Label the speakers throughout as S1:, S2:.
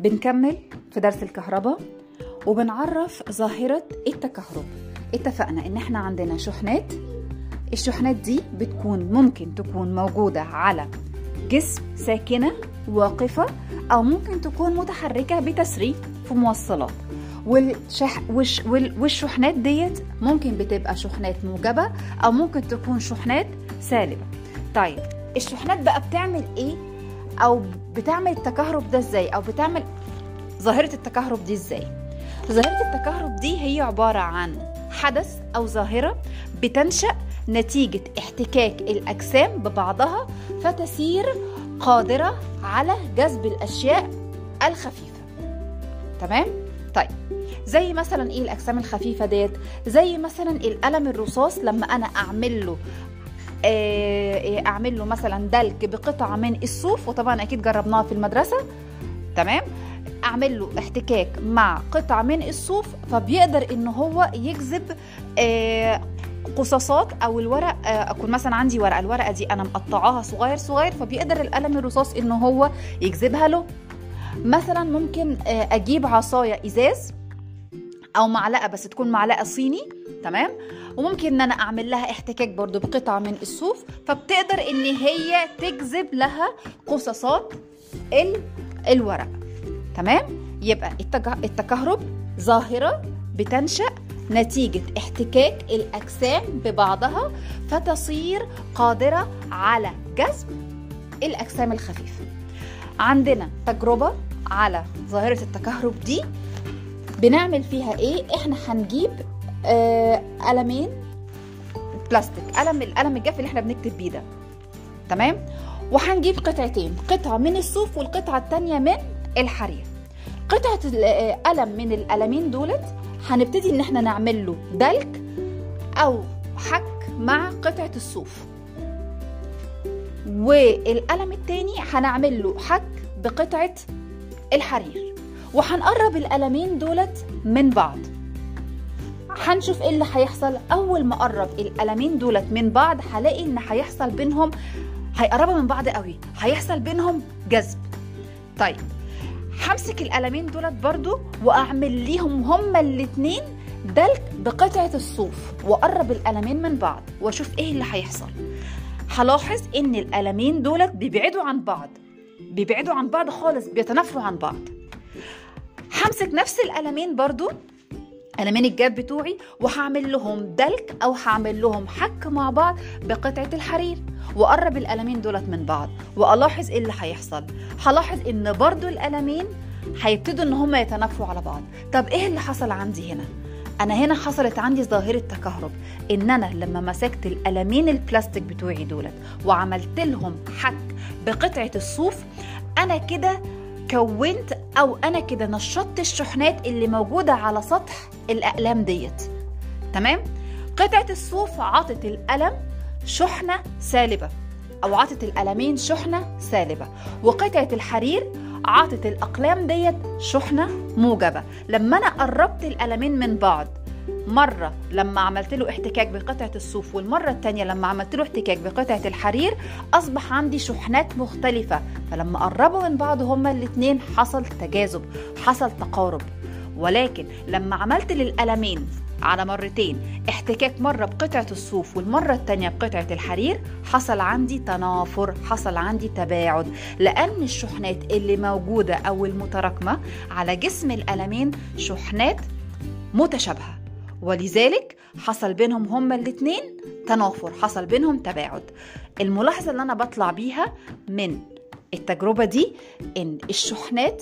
S1: بنكمل في درس الكهرباء وبنعرف ظاهرة التكهرب. اتفقنا ان احنا عندنا شحنات، الشحنات دي ممكن تكون موجودة على جسم ساكنة واقفة او ممكن تكون متحركة بتسريع في موصلات، والشحنات ديت ممكن بتبقى شحنات موجبة او ممكن تكون شحنات سالبة. طيب الشحنات بقى بتعمل ايه او بتعمل التكهرب ده ازاي او بتعمل ظاهرة التكهرب دي ازاي؟ ظاهرة التكهرب دي هي عبارة عن حدث او ظاهرة بتنشأ نتيجة احتكاك الأجسام ببعضها فتسير قادرة على جذب الأشياء الخفيفة. تمام؟ طيب زي مثلا ايه الأجسام الخفيفة ديت؟ زي مثلا القلم الرصاص لما أنا أعمل له مثلا دلك بقطعة من الصوف، وطبعا أكيد جربناها في المدرسة. تمام؟ اعمل له احتكاك مع قطعة من الصوف فبيقدر ان هو يجذب قصاصات او الورق. اكون مثلا عندي ورقة، الورقة دي انا مقطعاها صغير صغير فبيقدر القلم الرصاص ان هو يجذبها له. مثلا ممكن اجيب عصاية ازاز او معلقة بس تكون معلقة صيني، تمام، وممكن ان انا اعمل لها احتكاك برضو بقطعة من الصوف فبتقدر ان هي تجذب لها قصاصات الورق. تمام؟ يبقى التكهرب ظاهرة بتنشأ نتيجة احتكاك الأجسام ببعضها فتصير قادرة على جذب الأجسام الخفيفة. عندنا تجربة على ظاهرة التكهرب دي بنعمل فيها ايه؟ احنا هنجيب قلمين بلاستيك، القلم الجاف اللي احنا بنكتب بيه ده، تمام، وهنجيب قطعتين، قطعة من الصوف والقطعة التانية من الحرير. قطعة قلم من القلمين دولت هنبتدي ان احنا نعمل له دلك او حك مع قطعة الصوف، والقلم التاني هنعمل له حك بقطعة الحرير، وهنقرب القلمين دولت من بعض. هنشوف ايه اللي هيحصل. اول ما اقرب القلمين دولت من بعض هلاقي ان هيحصل بينهم، هيقربوا من بعض قوي، هيحصل بينهم جذب. طيب همسك القلمين دولت برضو واعمل ليهم هما الاتنين دلك بقطعة الصوف واقرب القلمين من بعض واشوف ايه اللي هيحصل. هلاحظ ان القلمين دولت بيبعدوا عن بعض خالص، بيتنافروا عن بعض. همسك نفس القلمين برضو، قلمين الجاف بتوعي، وهعمل لهم دلك او هعمل لهم حك مع بعض بقطعة الحرير واقرب القلمين دولت من بعض والاحظ ايه اللي هيحصل. هلاحظ ان برضو القلمين هيبتدوا ان هم يتنافروا على بعض. طب ايه اللي حصل عندي هنا؟ انا هنا حصلت عندي ظاهرة تكهرب، ان انا لما مسكت القلمين البلاستيك بتوعي دولت وعملت لهم حك بقطعة الصوف، انا كده كونت او انا كده نشطت الشحنات اللي موجودة على سطح الاقلام ديت. تمام؟ قطعة الصوف عطت القلم شحنة سالبة او عطت القلمين شحنة سالبة، وقطعة الحرير عطت الاقلام ديت شحنة موجبة. لما انا قربت القلمين من بعض، مرة لما عملت له احتكاك بقطعة الصوف والمرة التانية لما عملت له احتكاك بقطعة الحرير، أصبح عندي شحنات مختلفة، فلما قربوا من بعض هما الاتنين حصل تجاذب، حصل تقارب. ولكن لما عملت للقلمين على مرتين احتكاك، مرة بقطعة الصوف والمرة التانية بقطعة الحرير، حصل عندي تنافر، حصل عندي تباعد، لأن الشحنات اللي موجودة أو المتراكمة على جسم القلمين شحنات متشابهة، ولذلك حصل بينهم هما الاتنين تنافر، حصل بينهم تباعد. الملاحظة اللي أنا بطلع بيها من التجربة دي إن الشحنات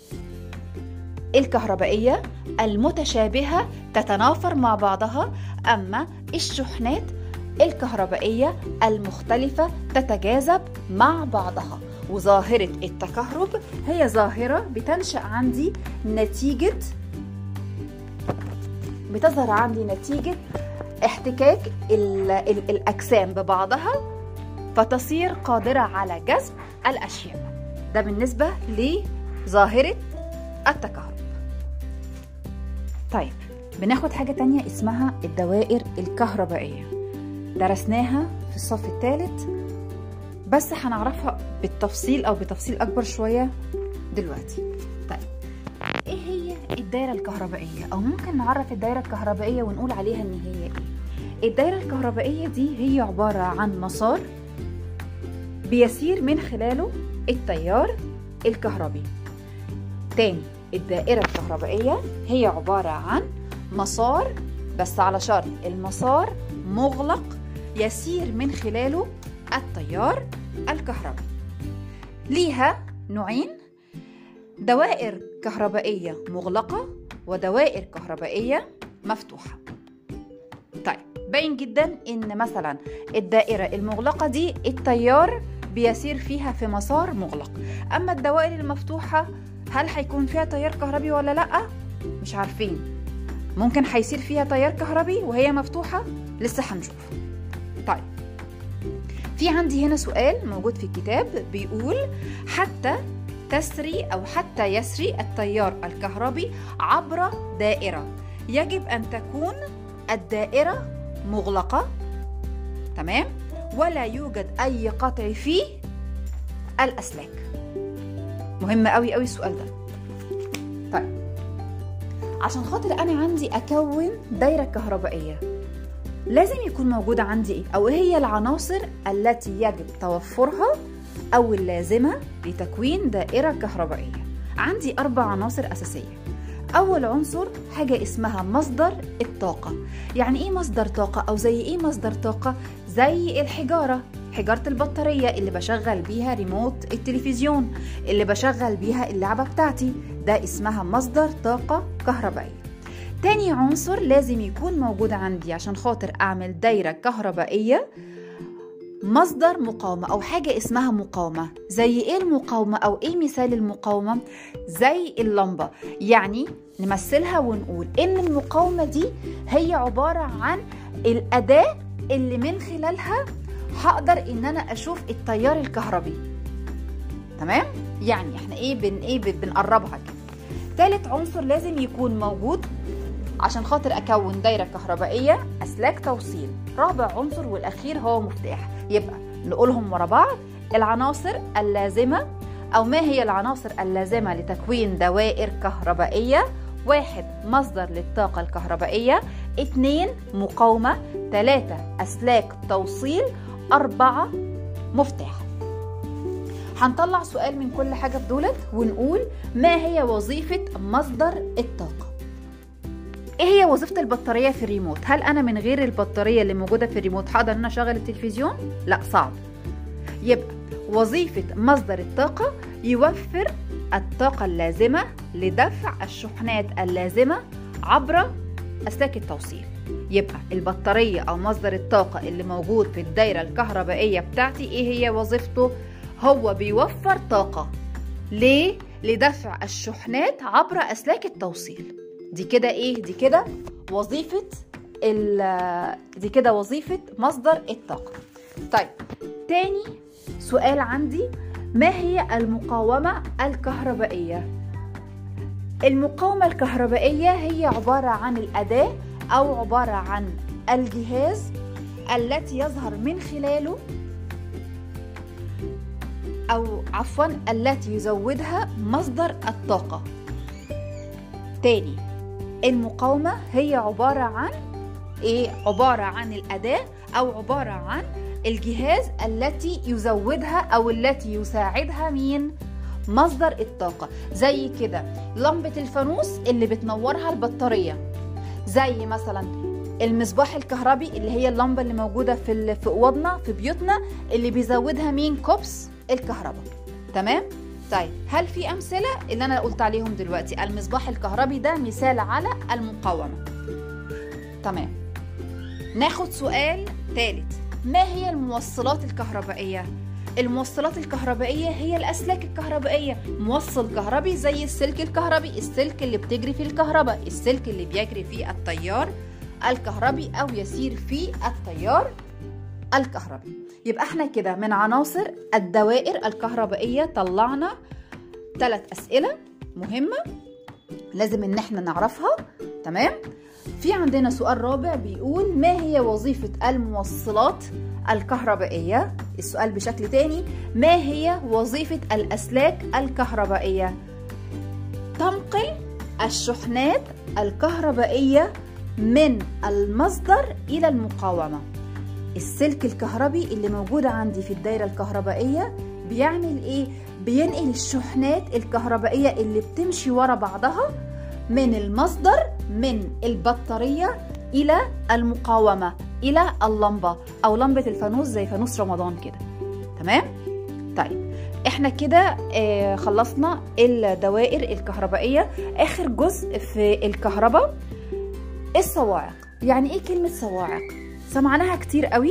S1: الكهربائية المتشابهة تتنافر مع بعضها، أما الشحنات الكهربائية المختلفة تتجاذب مع بعضها. وظاهرة التكهرب هي ظاهرة بتنشأ عندي بتظهر عندي نتيجة احتكاك الأجسام ببعضها فتصير قادرة على جذب الأشياء. ده بالنسبة لظاهرة التكهرب. طيب بناخد حاجة تانية اسمها الدوائر الكهربائية، درسناها في الصف الثالث بس هنعرفها بالتفصيل أو بتفصيل أكبر شوية دلوقتي. طيب ايه هي الدايرة الكهربائية؟ او ممكن نعرف الدايرة الكهربائية ونقول عليها ان هي ايه؟ الدايرة الكهربائية دي هي عبارة عن مسار بيسير من خلاله التيار الكهربي. تاني، الدائرة الكهربائية هي عبارة عن مسار، بس على شرط المسار مغلق يسير من خلاله التيار الكهربي. ليها نوعين: دوائر كهربائية مغلقة ودوائر كهربائية مفتوحة. طيب، باين جدا ان مثلا الدائرة المغلقة دي التيار بيسير فيها في مسار مغلق، اما الدوائر المفتوحة هل هيكون فيها تيار كهربي ولا لا؟ مش عارفين، ممكن هيسير فيها تيار كهربي وهي مفتوحة، لسه هنشوف. طيب، في عندي هنا سؤال موجود في الكتاب بيقول: حتى يسري التيار الكهربي عبر دائرة يجب أن تكون الدائرة مغلقة، تمام، ولا يوجد أي قطع في الأسلاك. مهم قوي قوي السؤال ده. طيب، عشان خاطر أنا عندي أكون دايرة كهربائية لازم يكون موجودة عندي إيه؟ أو إيه هي العناصر التي يجب توفرها أو اللازمة لتكوين دائرة كهربائية؟ عندي 4 عناصر أساسية. أول عنصر حاجة اسمها مصدر الطاقة. يعني إيه مصدر طاقة؟ أو زي إيه مصدر طاقة؟ زي حجارة البطارية اللي بشغل بيها ريموت التلفزيون، اللي بشغل بيها اللعبة بتاعتي، ده اسمها مصدر طاقة كهربائية. تاني عنصر لازم يكون موجود عندي عشان خاطر أعمل دايرة كهربائية: مصدر مقاومة أو حاجة اسمها مقاومة. زي إيه المقاومة أو إيه مثال المقاومة؟ زي اللمبة. يعني نمثلها ونقول إن المقاومة دي هي عبارة عن الأداة اللي من خلالها هقدر إن أنا أشوف التيار الكهربي، تمام؟ يعني إحنا بنقربها كده. ثالث عنصر لازم يكون موجود عشان خاطر أكون دايرة كهربائية: أسلاك توصيل. رابع عنصر والأخير هو مفتاح. يبقى نقولهم ورا بعض: العناصر اللازمة، أو ما هي العناصر اللازمة لتكوين دوائر كهربائية: 1. مصدر للطاقة الكهربائية، 2. مقاومة، 3. أسلاك توصيل، 4. مفتاح. هنطلع سؤال من كل حاجة في دولت ونقول: ما هي وظيفة مصدر الطاقة؟ ايه هي وظيفة البطارية في الريموت؟ هل انا من غير البطارية اللي موجودة في الريموت هقدر ان انا اشغل التلفزيون؟ لا، صعب. يبقى وظيفة مصدر الطاقة يوفر الطاقة اللازمة لدفع الشحنات اللازمة عبر أسلاك التوصيل. يبقى البطارية أو مصدر الطاقة اللي موجود في الدايرة الكهربائية بتاعتي ايه هي وظيفته؟ هو بيوفر طاقة. ليه؟ لدفع الشحنات عبر أسلاك التوصيل. دي كده ايه؟ دي كده وظيفة مصدر الطاقة. طيب، تاني سؤال عندي: ما هي المقاومة الكهربائية؟ المقاومة الكهربائية هي عبارة عن الأداة أو عبارة عن الجهاز التي يظهر من خلاله التي يزودها مصدر الطاقة. تاني، المقاومة هي عبارة عن ايه؟ عبارة عن الأداة أو عبارة عن الجهاز التي يزودها أو التي يساعدها مين؟ مصدر الطاقة. زي كده لمبة الفانوس اللي بتنورها البطارية، زي مثلا المصباح الكهربي اللي هي اللمبة اللي موجودة في أوضنا في بيوتنا اللي بيزودها مين؟ كوبس الكهرباء، تمام؟ طيب، هل في أمثلة اللي أنا قلت عليهم دلوقتي؟ المصباح الكهربي ده مثال على المقاومة، تمام. ناخد سؤال ثالث: ما هي الموصلات الكهربائية؟ الموصلات الكهربائية هي الأسلاك الكهربائية. موصل كهربي زي السلك الكهربي، السلك اللي بتجري فيه الكهرباء، السلك اللي بيجري فيه التيار الكهربي أو يسير فيه التيار الكهربي. يبقى احنا كده من عناصر الدوائر الكهربائية طلعنا 3 أسئلة مهمة لازم ان احنا نعرفها، تمام. في عندنا سؤال رابع بيقول: ما هي وظيفة الموصلات الكهربائية؟ السؤال بشكل تاني: ما هي وظيفة الأسلاك الكهربائية؟ تنقل الشحنات الكهربائية من المصدر إلى المقاومة. السلك الكهربي اللي موجود عندي في الدايرة الكهربائية بيعمل إيه؟ بينقل الشحنات الكهربائية اللي بتمشي ورا بعضها من المصدر، من البطارية إلى المقاومة، إلى اللمبة أو لمبة الفانوس زي فانوس رمضان كده. تمام؟ طيب احنا كده خلصنا الدوائر الكهربائية. آخر جزء في الكهرباء الصواعق. يعني ايه كلمة صواعق؟ سمعناها كتير قوي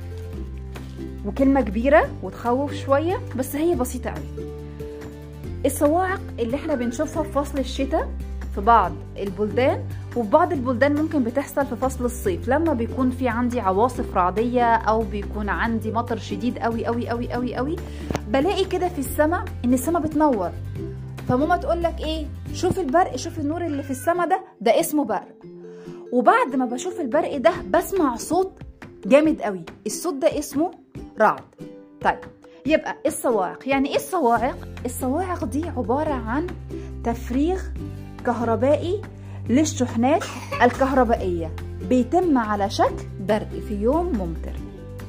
S1: وكلمة كبيرة وتخوف شوية، بس هي بسيطة قوي. الصواعق اللي احنا بنشوفها في فصل الشتاء في بعض البلدان، وفي بعض البلدان ممكن بتحصل في فصل الصيف لما بيكون في عندي عواصف رعدية او بيكون عندي مطر شديد قوي قوي قوي قوي قوي. بلاقي كده في السماء ان السماء بتنور، فماما تقول لك ايه؟ شوف البرق، شوف النور اللي في السماء ده اسمه برق. وبعد ما بشوف البرق ده بسمع صوت جامد قوي، الصوت ده اسمه رعد. طيب يبقى الصواعق. يعني ايه الصواعق؟ الصواعق دي عبارة عن تفريغ كهربائي للشحنات الكهربائية بيتم على شكل برق في يوم ممطر.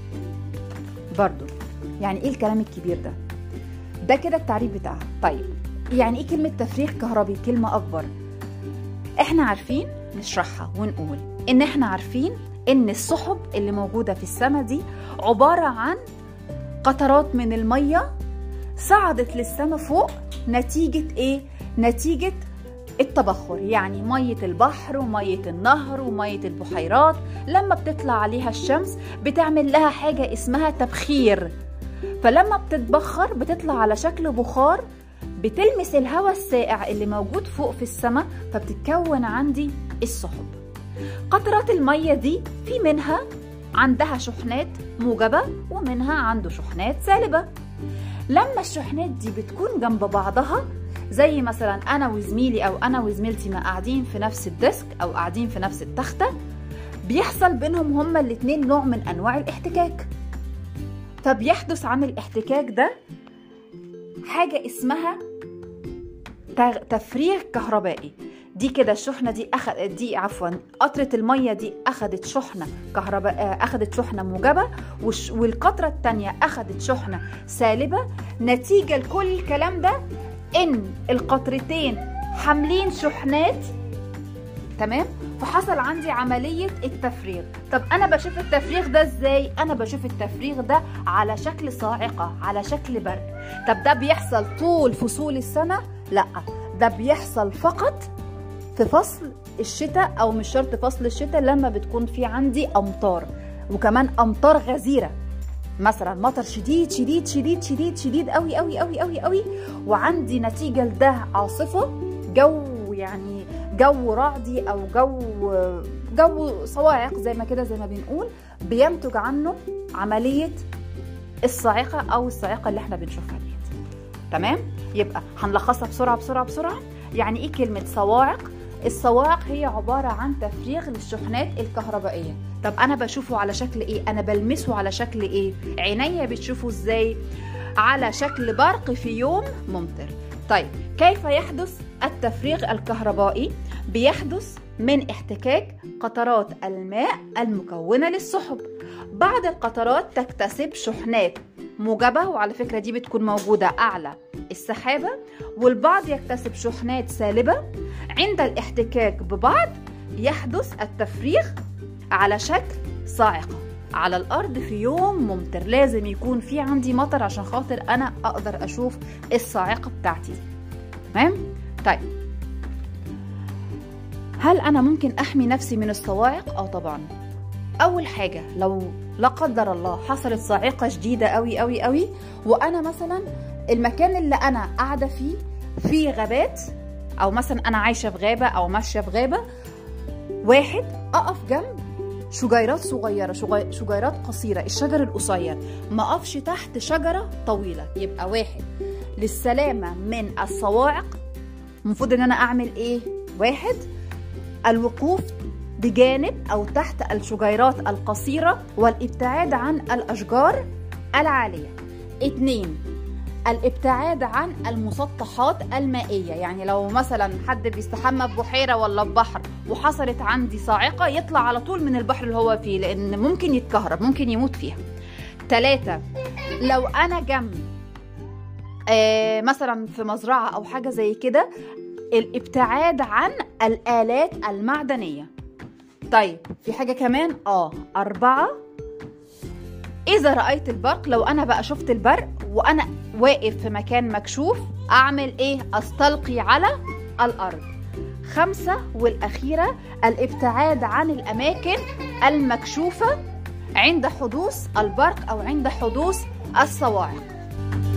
S1: برضو يعني ايه الكلام الكبير ده؟ ده كده التعريف بتاعها. طيب يعني ايه كلمة تفريغ كهربي؟ كلمة اكبر. احنا عارفين نشرحها ونقول ان احنا عارفين ان السحب اللي موجودة في السماء دي عبارة عن قطرات من المية صعدت للسماء فوق نتيجة ايه؟ نتيجة التبخر. يعني مية البحر ومية النهر ومية البحيرات لما بتطلع عليها الشمس بتعمل لها حاجة اسمها تبخير، فلما بتتبخر بتطلع على شكل بخار، بتلمس الهواء الساقع اللي موجود فوق في السماء، فبتتكون عندي السحب. قطرات المية دي في منها عندها شحنات موجبة ومنها عنده شحنات سالبة. لما الشحنات دي بتكون جنب بعضها، زي مثلا أنا وزميلي أو أنا وزميلتي ما قاعدين في نفس الديسك أو قاعدين في نفس التختة، بيحصل بينهم هما الاتنين نوع من أنواع الاحتكاك. فبيحدث عن الاحتكاك ده حاجة اسمها تفريغ كهربائي. دي كده الشحنة دي قطرة المية دي أخدت شحنة أخدت شحنة موجبة، والقطرة التانية أخدت شحنة سالبة. نتيجة لكل الكلام ده إن القطرتين حاملين شحنات، تمام؟ فحصل عندي عملية التفريغ. طب أنا بشوف التفريغ ده إزاي؟ أنا بشوف التفريغ ده على شكل صاعقة، على شكل برق. طب ده بيحصل طول فصول السنة؟ لأ، ده بيحصل فقط في فصل الشتاء، أو مش شرط فصل الشتاء، لما بتكون في عندي أمطار، وكمان أمطار غزيرة، مثلا مطر شديد شديد شديد شديد شديد قوي قوي قوي قوي قوي، وعندي نتيجة لده عاصفة، يعني جو رعدي أو جو صواعق زي ما بنقول، بينتج عنه عملية الصاعقة أو الصاعقة اللي احنا بنشوفها ديت. تمام؟ يبقى هنلخصها بسرعة. يعني ايه كلمة صواعق؟ الصواعق هي عبارة عن تفريغ للشحنات الكهربائية. طب أنا بشوفه على شكل إيه؟ أنا بلمسه على شكل إيه؟ عينيا بتشوفه إزاي؟ على شكل برق في يوم ممطر. طيب كيف يحدث التفريغ الكهربائي؟ بيحدث من احتكاك قطرات الماء المكونة للسحب. بعض القطرات تكتسب شحنات موجبة، وعلى فكرة دي بتكون موجودة أعلى السحابة، والبعض يكتسب شحنات سالبة. عند الاحتكاك ببعض يحدث التفريغ على شكل صاعقة على الأرض في يوم ممطر. لازم يكون في عندي مطر عشان خاطر أنا أقدر أشوف الصاعقة بتاعتي. تمام؟ طيب هل أنا ممكن أحمي نفسي من الصواعق؟ طبعا. أول حاجة، لو لا قدر الله حصلت صاعقة شديدة قوي قوي قوي، وأنا مثلا المكان اللي أنا قاعدة فيه غابات، أو مثلا أنا عايشة في غابة أو ماشية في غابة، واحد أقف جنب شجيرات صغيرة، شجيرات قصيرة، الشجر القصير، ما أقفش تحت شجرة طويلة. يبقى واحد، للسلامة من الصواعق المفروض إن أنا أعمل إيه؟ واحد، الوقوف بجانب أو تحت الشجيرات القصيرة والابتعاد عن الأشجار العالية. 2، الابتعاد عن المسطحات المائية، يعني لو مثلا حد بيستحمى ببحيرة ولا ببحر وحصلت عندي صاعقة يطلع على طول من البحر اللي هو فيه، لأن ممكن يتكهرب، ممكن يموت فيها. 3، لو أنا جنب مثلا في مزرعة أو حاجة زي كده، الابتعاد عن الآلات المعدنية. طيب في حاجة كمان 4، إذا رأيت البرق، لو أنا بقى شفت البرق وأنا واقف في مكان مكشوف أعمل إيه؟ أستلقي على الأرض. 5 والأخيرة، الابتعاد عن الأماكن المكشوفة عند حدوث البرق أو عند حدوث الصواعق.